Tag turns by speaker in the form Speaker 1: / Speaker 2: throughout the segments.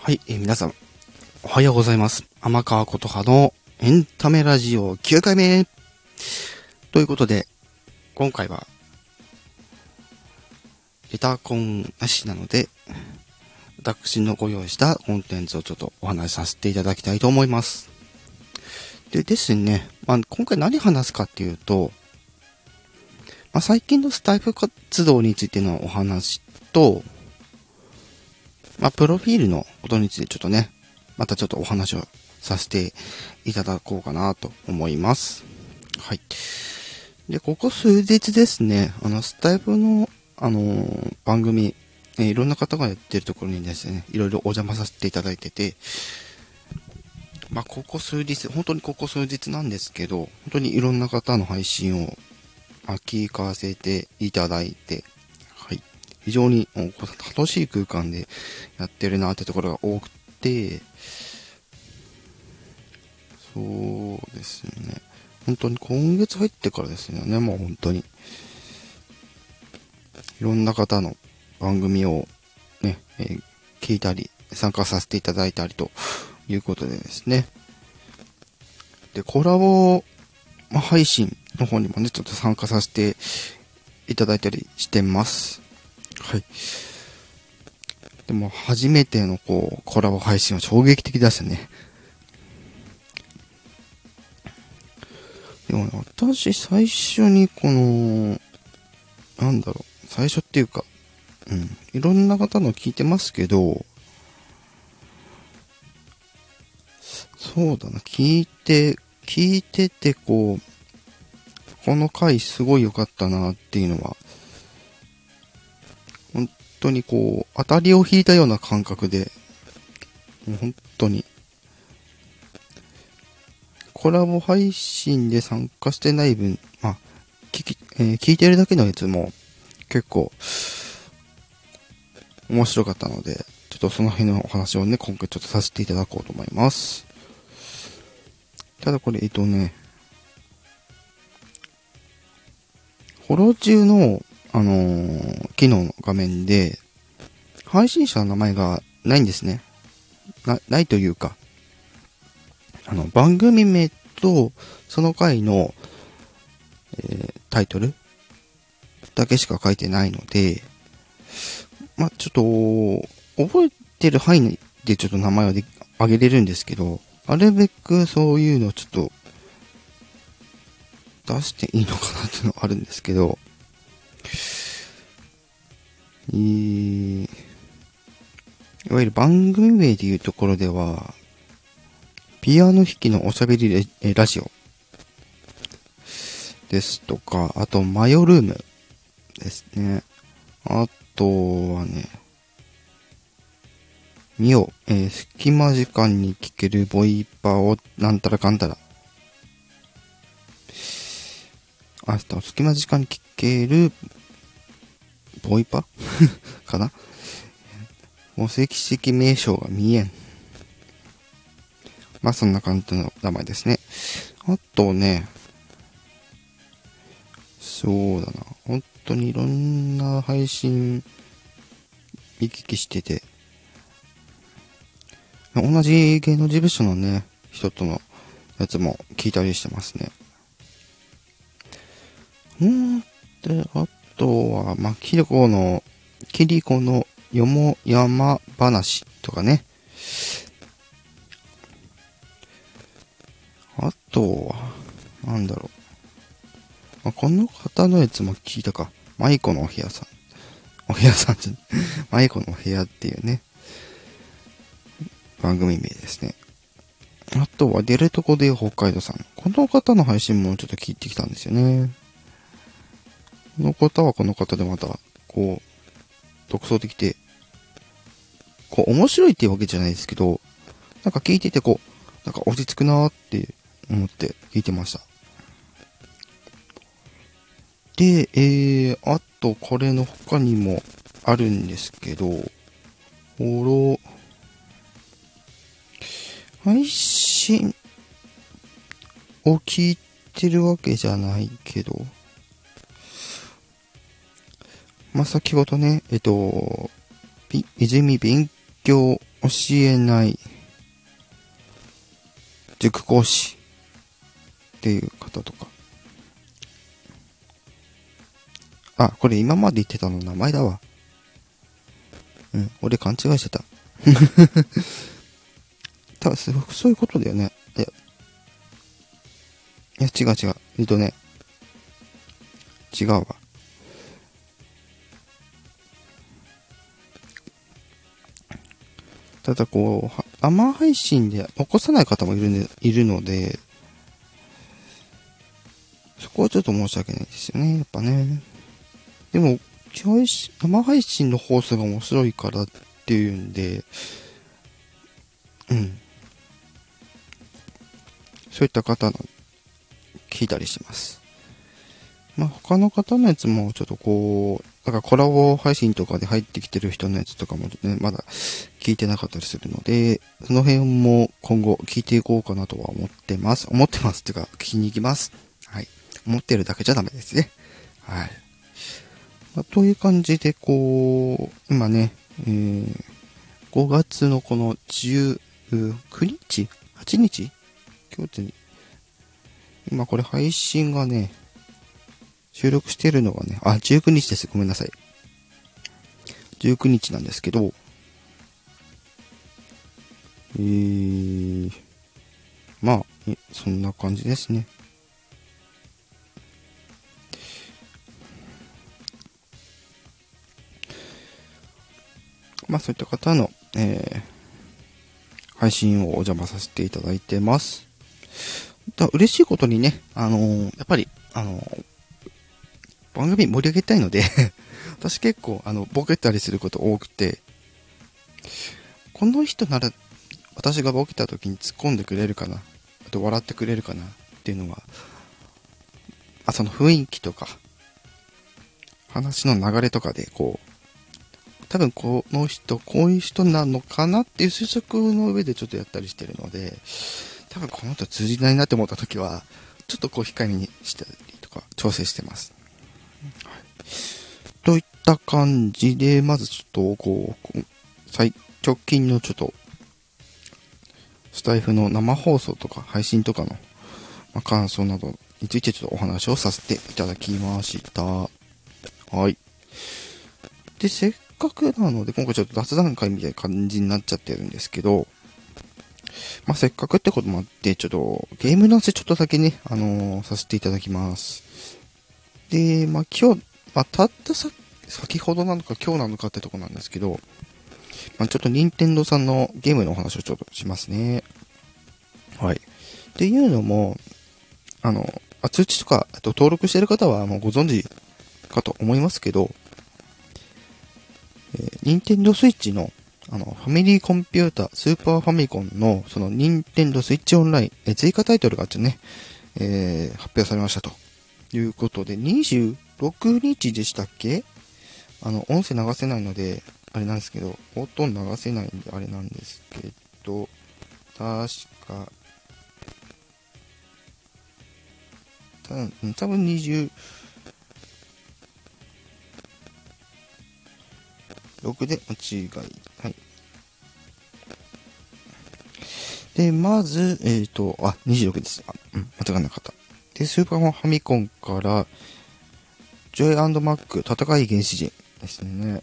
Speaker 1: はい、皆さん、おはようございます。天川琴葉のエンタメラジオ9回目ということで、今回は、レターコンなしなので、私のご用意したコンテンツをちょっとお話しさせていただきたいと思います。でですね、今回何話すかっていうと、最近のスタイフ活動についてのお話と、プロフィールのことについてちょっとね、またちょっとお話をさせていただこうかなと思います。はい。で、ここ数日ですね、スタイフの、番組、いろんな方がやってるところにですね、いろいろお邪魔させていただいてて、ここ数日、本当にここ数日なんですけど、本当にいろんな方の配信を、聞かせていただいて、はい。非常に楽しい空間でやってるなってところが多くて、そうですね。本当に今月入ってからですよね、もう本当に。いろんな方の番組をね、聞いたり、参加させていただいたりということでですね。で、コラボ、配信の方にもね、ちょっと参加させていただいたりしてます。はい。でも、初めてのコラボ配信は衝撃的でしたね。でもね、私、最初に最初っていうか、いろんな方の聞いてますけど、そうだな、聞いててこの回すごい良かったなっていうのは、本当に当たりを引いたような感覚で、もう本当に、コラボ配信で参加してない分、聞いてるだけのやつも結構面白かったので、ちょっとその辺のお話をね、今回ちょっとさせていただこうと思います。ただこれ、フォロー中の、機能の画面で、配信者の名前がないんですね。ないというか、番組名と、その回の、タイトルだけしか書いてないので、ちょっと、覚えてる範囲でちょっと名前はあげれるんですけど、なるべくそういうのをちょっと、出していいのかなっていうのはあるんですけど、いわゆる番組名でいうところでは、ピアノ弾きのおしゃべりラジオですとか、あとマヨルームですね。あとはね、隙間時間に聞けるボイパをなんたらかんたら。隙間時間に聞けるボイパかな、もう正式名称が見えん。そんな感じの名前ですね。あとね、そうだな。本当にいろんな配信見聞きしてて、同じ芸能事務所のね、人とのやつも聞いたりしてますね。で、あとは、キリコのよもやま話とかね。あとは、この方のやつも聞いたか。マイコのお部屋さん。マイコのお部屋っていうね、番組名ですね。あとは、出るとこで北海道さん。この方の配信もちょっと聞いてきたんですよね。この方はこの方でまた、独創的で、面白いっていうわけじゃないですけど、聞いてて落ち着くなーって思って聞いてました。で、あとこれの他にもあるんですけど、配信を聞いてるわけじゃないけど、先ほどね、泉勉強教えない塾講師っていう方とか。あ、これ今まで言ってたの名前だわ。俺勘違いしてた。多分そういうことだよね。いや、違う。違うわ。ただ生配信で起こさない方もいるので、そこはちょっと申し訳ないですよね、やっぱね。でも、生配信の放送が面白いからっていうんで、そういった方の聞いたりします。他の方のやつもちょっとだからコラボ配信とかで入ってきてる人のやつとかもね、まだ聞いてなかったりするので、その辺も今後聞いていこうかなとは思ってます。思ってますっていうか、聞きに行きます。はい。思ってるだけじゃダメですね。はい。という感じで、今ね、5月のこの19日 ?8 日今日今これ配信がね、収録してるのがね、19日です。ごめんなさい。19日なんですけど、そんな感じですね。そういった方の、配信をお邪魔させていただいてます。嬉しいことにね、やっぱり、番組盛り上げたいので私結構、ボケたりすること多くて、この人なら、私がボケた時に突っ込んでくれるかな、あと笑ってくれるかなっていうのが、その雰囲気とか、話の流れとかで、多分この人、こういう人なのかなっていう推測の上でちょっとやったりしてるので、多分この人通じないなって思った時は、ちょっと控えめにしたりとか、調整してます。はい、といった感じで、まずちょっと、直近のちょっと、スタイフの生放送とか配信とかの、感想などについてちょっとお話をさせていただきました。はい。で、せっかくなので、今回ちょっと雑談会みたいな感じになっちゃってるんですけど、せっかくってこともあって、ちょっとゲームの話ちょっとだけね、させていただきます。で、今日、たった先ほどなのか今日なのかってとこなんですけど、ちょっと任天堂さんのゲームのお話をちょっとしますね。はい。っていうのも、通知とか、登録してる方はもうご存知かと思いますけど、任天堂スイッチのファミリーコンピュータスーパーファミコンのその任天堂スイッチオンライン、追加タイトルがね、発表されましたということで、26日でしたっけ？音声流せないので、あれなんですけど、音流せないんであれなんですけど、確か、多分26で間違い。はい。で、まず、26です。間違いなかった。で、スーパーファミコンから、ジョイ&マック、戦い原始人ですね。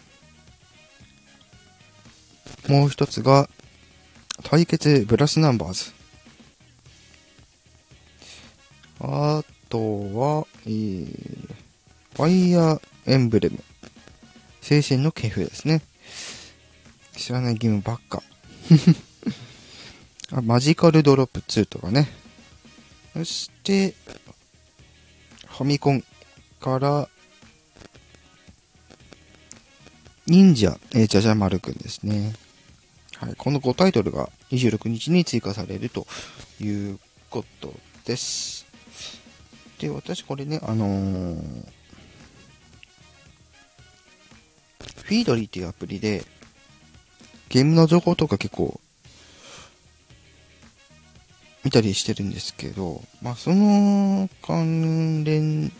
Speaker 1: もう一つが、対決ブラスナンバーズ。あとは、ファイヤーエンブレム。聖戦の系譜ですね。知らないゲームばっか。マジカルドロップ2とかね。そして、ファミコンから、忍者、ジャジャマルくんですね。はい。この5タイトルが26日に追加されるということです。で、私これね、フィードリーっていうアプリで、ゲームの情報とか結構、見たりしてるんですけど、その関連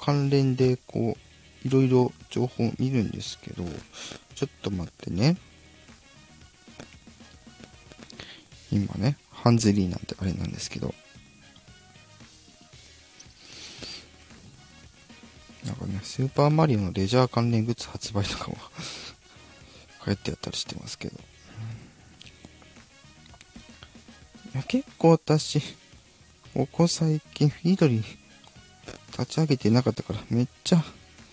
Speaker 1: で、いろいろ情報を見るんですけど、ちょっと待ってね。 今ね、ハンズリーなんてあれなんですけど、なんかね、スーパーマリオのレジャー関連グッズ発売とかも流行ってやったりしてますけど、いや結構私、ここ最近フィードリー立ち上げてなかったからめっちゃ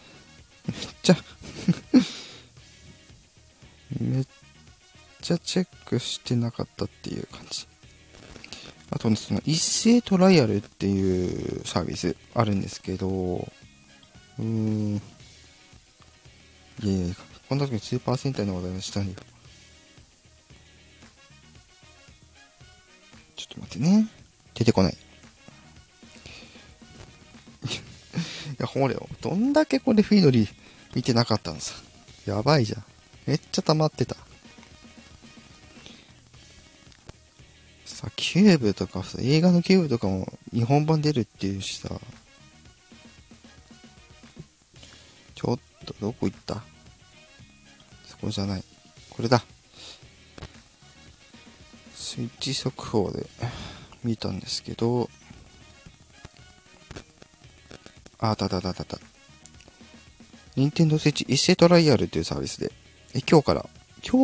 Speaker 1: めっちゃチェックしてなかったっていう感じ。あとね、その一斉トライアルっていうサービスあるんですけど、いやいや、こんな時にスーパー戦隊の話題をしたいよ。ちょっと待ってね。出てこない。いや、ほれよ。どんだけこれフィードリー見てなかったのさ。やばいじゃん。めっちゃ溜まってた。さ、キューブとかさ、映画のキューブとかも日本版出るっていうしさ。ちょっと、どこ行った？そこじゃない。これだ。スイッチ速報で見たんですけど、任天堂スイッチ一斉トライアルっていうサービスで、今日から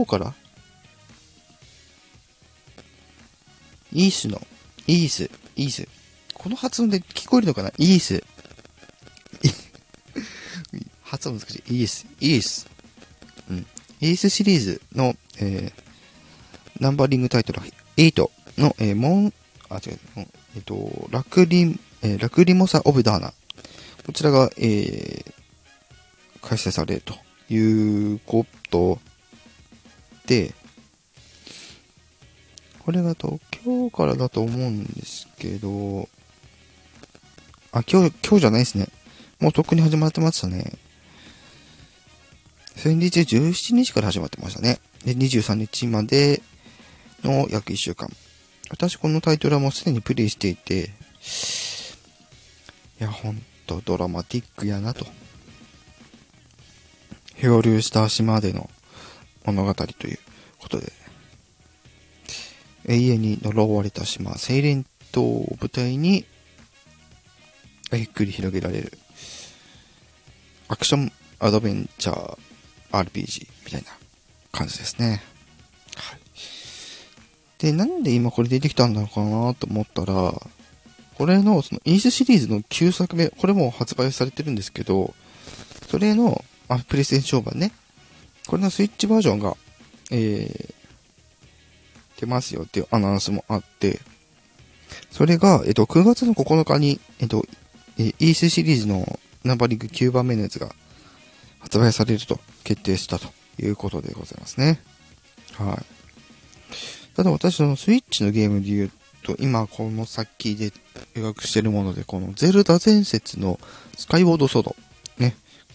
Speaker 1: イースの、イース。この発音で聞こえるのかな？イース。発音難しい。イース。うん。イースシリーズの、ナンバリングタイトル8の、ラクリモサ・オブ・ダーナ。こちらが、開催されるということで、これが今日からだと思うんですけど、今日じゃないですね。もうとっくに始まってましたね。先日17日から始まってましたね。で、23日までの約1週間。私このタイトルはもうすでにプレイしていて、いや、ほんとドラマティックやなと。漂流した島での物語ということで、永遠に呪われた島、セイレン島を舞台に、ゆっくり広げられる、アクションアドベンチャー RPG みたいな感じですね。はい。で、なんで今これ出てきたんだろうかなと思ったら、これの、そのイースシリーズの9作目、これも発売されてるんですけど、それの、プレイステーション版ね、これのスイッチバージョンが、出ますよっていうアナウンスもあって、それが、9月の9日に、イースシリーズのナンバリング9番目のやつが発売されると決定したということでございますね。はい。ただ私のスイッチのゲームで言うと、今この先で予約してるもので、このゼルダ伝説のスカイウォードソード、ね、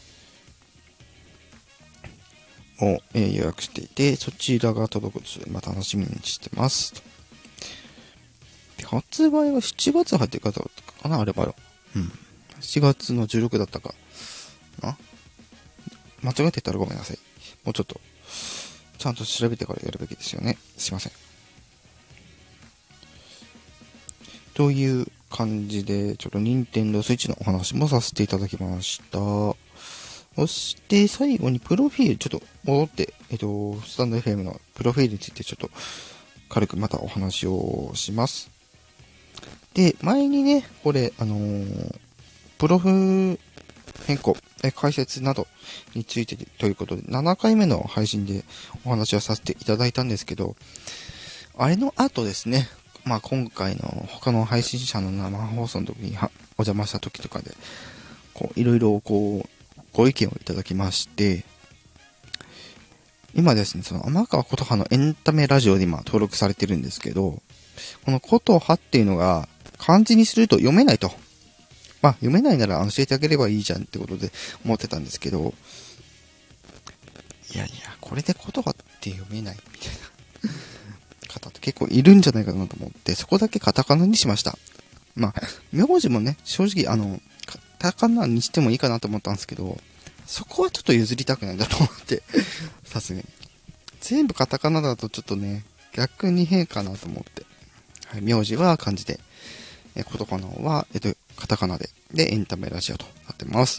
Speaker 1: を、予約していて、そちらが届くので、楽しみにしてます。で、発売は7月入ってる方だったかな、あればよ。うん。7月の16だったかな。間違えてたらごめんなさい。もうちょっと、ちゃんと調べてからやるべきですよね。すいません。という感じで、ちょっと任天堂スイッチのお話もさせていただきました。そして最後にプロフィール、ちょっと戻って、スタンド FM のプロフィールについてちょっと軽くまたお話をします。で、前にね、これ、プロフ変更、解説などについてということで、7回目の配信でお話をさせていただいたんですけど、あれの後ですね、今回の他の配信者の生放送の時にお邪魔した時とかで、いろいろご意見をいただきまして、今ですね、その天川琴葉のエンタメラジオで今登録されてるんですけど、この琴葉っていうのが漢字にすると読めないと。読めないなら教えてあげればいいじゃんってことで思ってたんですけど、いやいや、これで琴葉って読めないみたいな方って結構いるんじゃないかなと思って、そこだけカタカナにしました。名字もね、正直カタカナにしてもいいかなと思ったんですけど、そこはちょっと譲りたくないんだと思って、さすがに。全部カタカナだとちょっとね、 逆に変かなと思って。はい、名字は漢字で、カタカナは、カタカナで、エンタメラジオとなってます。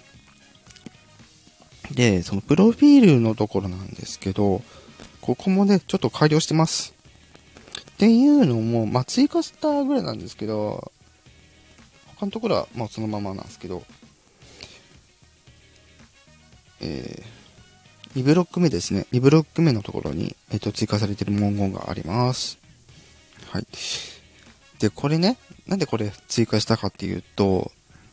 Speaker 1: で、そのプロフィールのところなんですけど、ここもね、ちょっと改良してます。っていうのも、追加したぐらいなんですけど、他のところは、そのままなんですけど、2ブロック目ですね。2ブロック目のところに、追加されている文言があります。はい。で、これね、なんでこれ追加したかっていうと、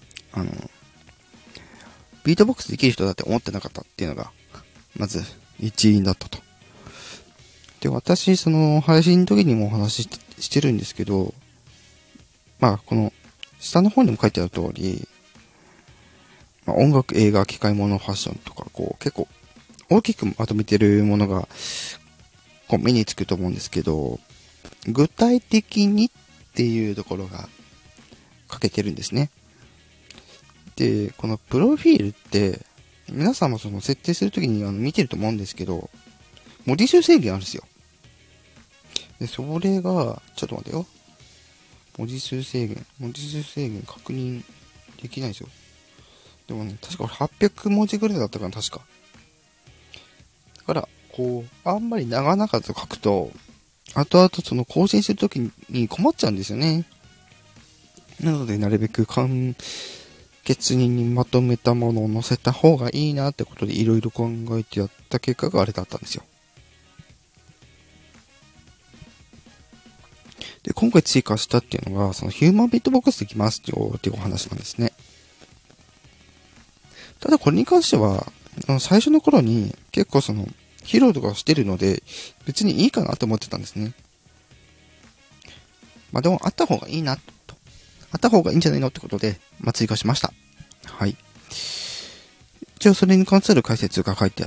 Speaker 1: ビートボックスできる人だって思ってなかったっていうのが、まず、一因だったと。で、私、その、配信の時にもお話ししてるんですけど、この、下の方にも書いてある通り、音楽、映画、機械物、ファッションとか、結構、大きくまとめてるものが、目につくと思うんですけど、具体的にっていうところが書けてるんですね。で、このプロフィールって、皆さんもその設定するときに見てると思うんですけど、文字数制限あるんですよ。で、それが、ちょっと待ってよ。文字数制限確認できないですよ。でもね、確か800文字ぐらいだったかな、確か。だから、あんまり長々と書くと、後々その更新するときに困っちゃうんですよね。なので、なるべく簡潔にまとめたものを載せた方がいいなってことで、いろいろ考えてやった結果があれだったんですよ。で、今回追加したっていうのが、そのヒューマンビートボックスできますよっていうお話なんですね。ただこれに関しては、最初の頃に結構その、披露とかしてるので、別にいいかなと思ってたんですね。でもあった方がいいなと。あった方がいいんじゃないのってことで、追加しました。はい。一応それに関する解説が書いてあって、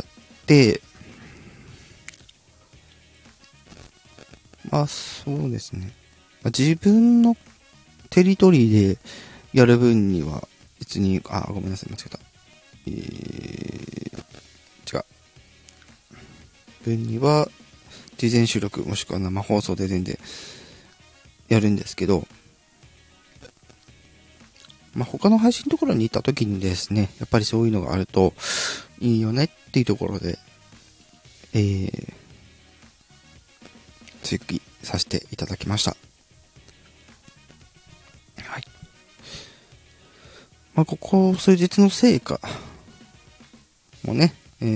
Speaker 1: そうですね。自分のテリトリーでやる分には、別に、ごめんなさい、間違えた。違う。分には、事前収録もしくは生放送で全然やるんですけど、他の配信のところに行った時にですね、やっぱりそういうのがあるといいよねっていうところで、追記させていただきました。はい。ここ数日の成果もね、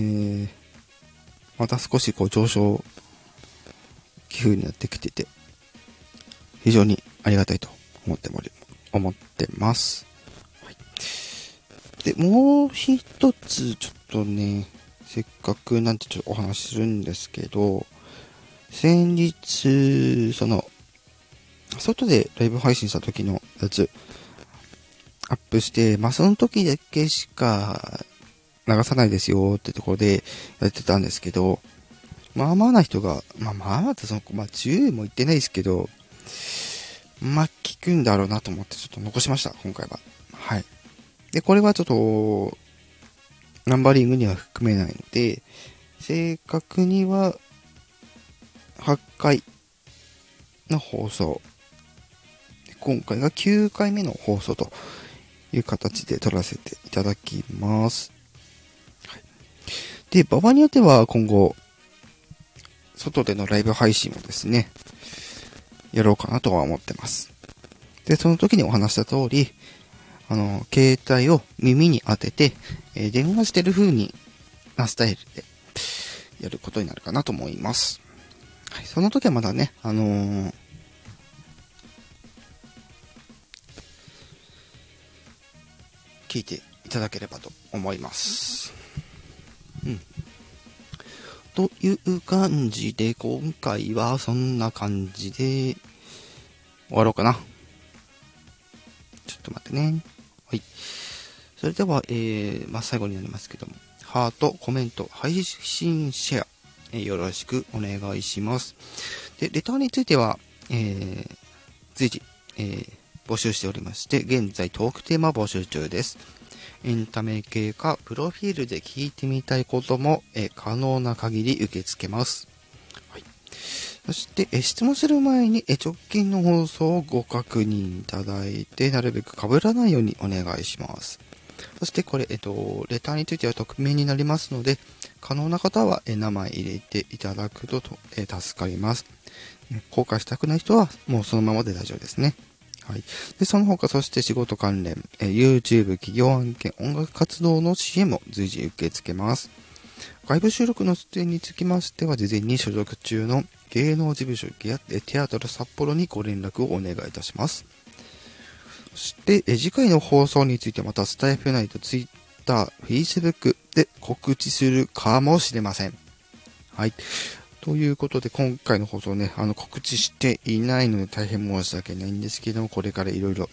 Speaker 1: また少し上昇気風になってきてて、非常にありがたいと思ってます。はい。で、もう一つちょっとね、せっかくなんてちょっとお話しするんですけど、先日、外でライブ配信した時のやつ、アップして、その時だけしか流さないですよってところでやってたんですけど、まあまあな人が、って10も言ってないですけど、聞くんだろうなと思ってちょっと残しました、今回は。はい。で、これはちょっと、ナンバリングには含めないので、正確には、8回の放送。今回が9回目の放送という形で撮らせていただきます。はい、で、場合によっては今後、外でのライブ配信もですね、やろうかなとは思ってます。で、その時にお話した通り、携帯を耳に当てて、電話してる風になスタイルでやることになるかなと思います。はい、その時はまだね、聞いていただければと思います。うん。という感じで、今回はそんな感じで終わろうかな。ちょっと待ってね。はい。それでは、最後になりますけども、ハート、コメント、配信シェア、よろしくお願いします。で、レターについては、随時、募集しておりまして、現在トークテーマ募集中です。エンタメ系か、プロフィールで聞いてみたいことも、可能な限り受け付けます。はい。 そして、質問する前に、直近の放送をご確認いただいて、なるべく被らないようにお願いします。そしてこれ、レターについては匿名になりますので、可能な方は、名前入れていただくと、助かります。公開したくない人は、もうそのままで大丈夫ですね。はい。で、その他、そして仕事関連、YouTube、企業案件、音楽活動の支援も随時受け付けます。外部収録の出演につきましては、事前に所属中の芸能事務所テアトル札幌にご連絡をお願いいたします。そして、次回の放送についてまたスタイフ内と Twitter、Facebook で告知するかもしれません。はい。ということで、今回の放送ね、告知していないので大変申し訳ないんですけども、これからいろいろ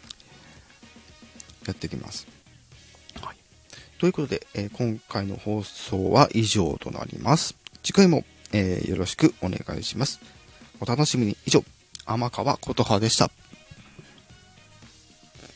Speaker 1: やっていきます。はい。ということで、今回の放送は以上となります。次回も、よろしくお願いします。お楽しみに。以上、天川琴葉でした。